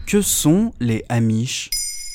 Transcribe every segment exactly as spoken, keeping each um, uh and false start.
Que sont les Amish ?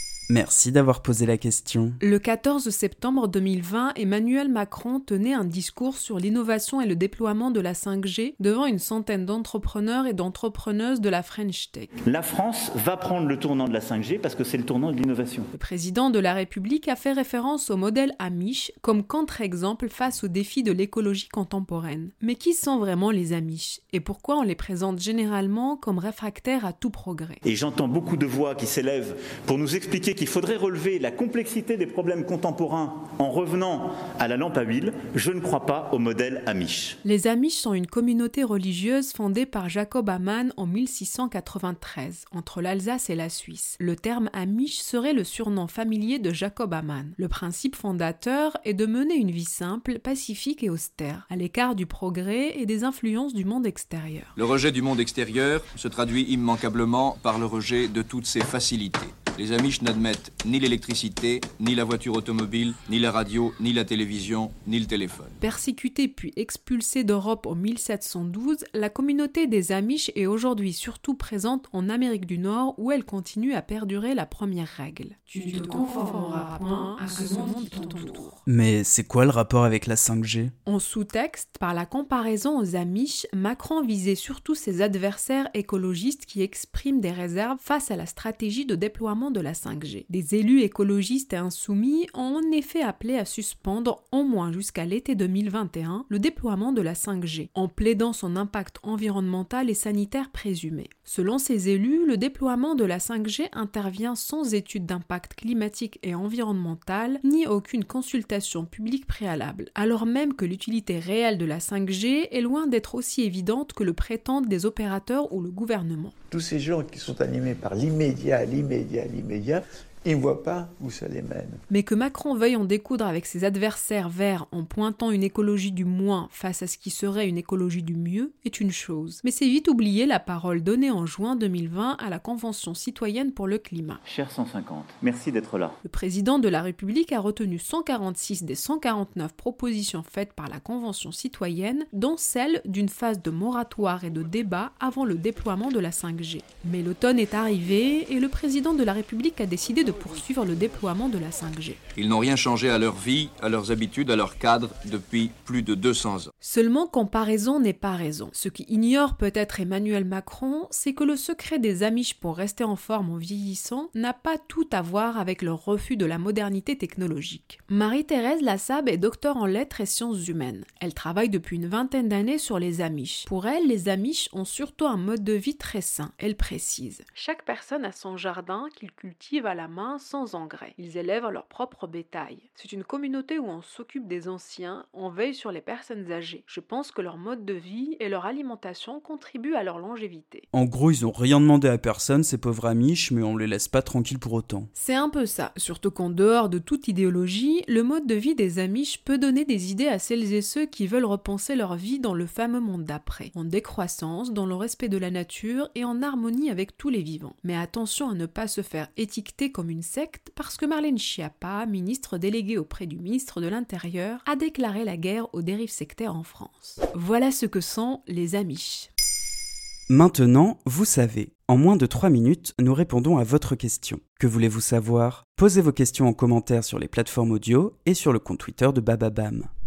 Merci d'avoir posé la question. Le quatorze septembre deux mille vingt, Emmanuel Macron tenait un discours sur l'innovation et le déploiement de la cinq G devant une centaine d'entrepreneurs et d'entrepreneuses de la French Tech. La France va prendre le tournant de la cinq G parce que c'est le tournant de l'innovation. Le président de la République a fait référence au modèle Amish comme contre-exemple face aux défis de l'écologie contemporaine. Mais qui sont vraiment les Amish et pourquoi on les présente généralement comme réfractaires à tout progrès ? Et j'entends beaucoup de voix qui s'élèvent pour nous expliquer qu'il faudrait relever la complexité des problèmes contemporains en revenant à la lampe à huile. Je ne crois pas au modèle Amish. Les Amish sont une communauté religieuse fondée par Jacob Ammann en mille six cent quatre-vingt-treize, entre l'Alsace et la Suisse. Le terme Amish serait le surnom familier de Jacob Ammann. Le principe fondateur est de mener une vie simple, pacifique et austère, à l'écart du progrès et des influences du monde extérieur. Le rejet du monde extérieur se traduit immanquablement par le rejet de toutes ses facilités. Les Amish n'admettent ni l'électricité, ni la voiture automobile, ni la radio, ni la télévision, ni le téléphone. Persécutée puis expulsée d'Europe en mille sept cent douze, la communauté des Amish est aujourd'hui surtout présente en Amérique du Nord où elle continue à perdurer la première règle. Tu te conformeras point à ce monde qui t'entoure. Mais c'est quoi le rapport avec la cinq G ? En sous-texte, par la comparaison aux Amish, Macron visait surtout ses adversaires écologistes qui expriment des réserves face à la stratégie de déploiement de la cinq G. Des élus écologistes et insoumis ont en effet appelé à suspendre, au moins jusqu'à l'été deux mille vingt et un, le déploiement de la cinq G, en plaidant son impact environnemental et sanitaire présumé. Selon ces élus, le déploiement de la cinq G intervient sans étude d'impact climatique et environnemental, ni aucune consultation publique préalable, alors même que l'utilité réelle de la cinq G est loin d'être aussi évidente que le prétendent des opérateurs ou le gouvernement. Tous ces gens qui sont animés par l'immédiat, l'immédiat, l'immédiat, ils ne voient pas où ça les mène. Mais que Macron veuille en découdre avec ses adversaires verts en pointant une écologie du moins face à ce qui serait une écologie du mieux est une chose. Mais c'est vite oublier la parole donnée en juin deux mille vingt à la Convention citoyenne pour le climat. Cher cent cinquante, merci d'être là. Le président de la République a retenu cent quarante-six des cent quarante-neuf propositions faites par la Convention citoyenne, dont celle d'une phase de moratoire et de débat avant le déploiement de la cinq G. Mais l'automne est arrivé et le président de la République a décidé de poursuivre le déploiement de la cinq G. Ils n'ont rien changé à leur vie, à leurs habitudes, à leur cadre depuis plus de deux cents ans. Seulement, comparaison n'est pas raison. Ce qui ignore peut-être Emmanuel Macron, c'est que le secret des Amish pour rester en forme en vieillissant n'a pas tout à voir avec leur refus de la modernité technologique. Marie-Thérèse Lassabe est docteure en lettres et sciences humaines. Elle travaille depuis une vingtaine d'années sur les Amish. Pour elle, les Amish ont surtout un mode de vie très sain. Elle précise. Chaque personne a son jardin qu'il cultive à la main sans engrais. Ils élèvent leur propre bétail. C'est une communauté où on s'occupe des anciens, on veille sur les personnes âgées. Je pense que leur mode de vie et leur alimentation contribuent à leur longévité. En gros, ils ont rien demandé à personne, ces pauvres Amish, mais on les laisse pas tranquilles pour autant. C'est un peu ça, surtout qu'en dehors de toute idéologie, le mode de vie des Amish peut donner des idées à celles et ceux qui veulent repenser leur vie dans le fameux monde d'après, en décroissance, dans le respect de la nature et en harmonie avec tous les vivants. Mais attention à ne pas se faire étiqueter comme une secte parce que Marlène Schiappa, ministre déléguée auprès du ministre de l'Intérieur, a déclaré la guerre aux dérives sectaires en France. Voilà ce que sont les Amish. Maintenant, vous savez. En moins de trois minutes, nous répondons à votre question. Que voulez-vous savoir ? Posez vos questions en commentaire sur les plateformes audio et sur le compte Twitter de Bababam.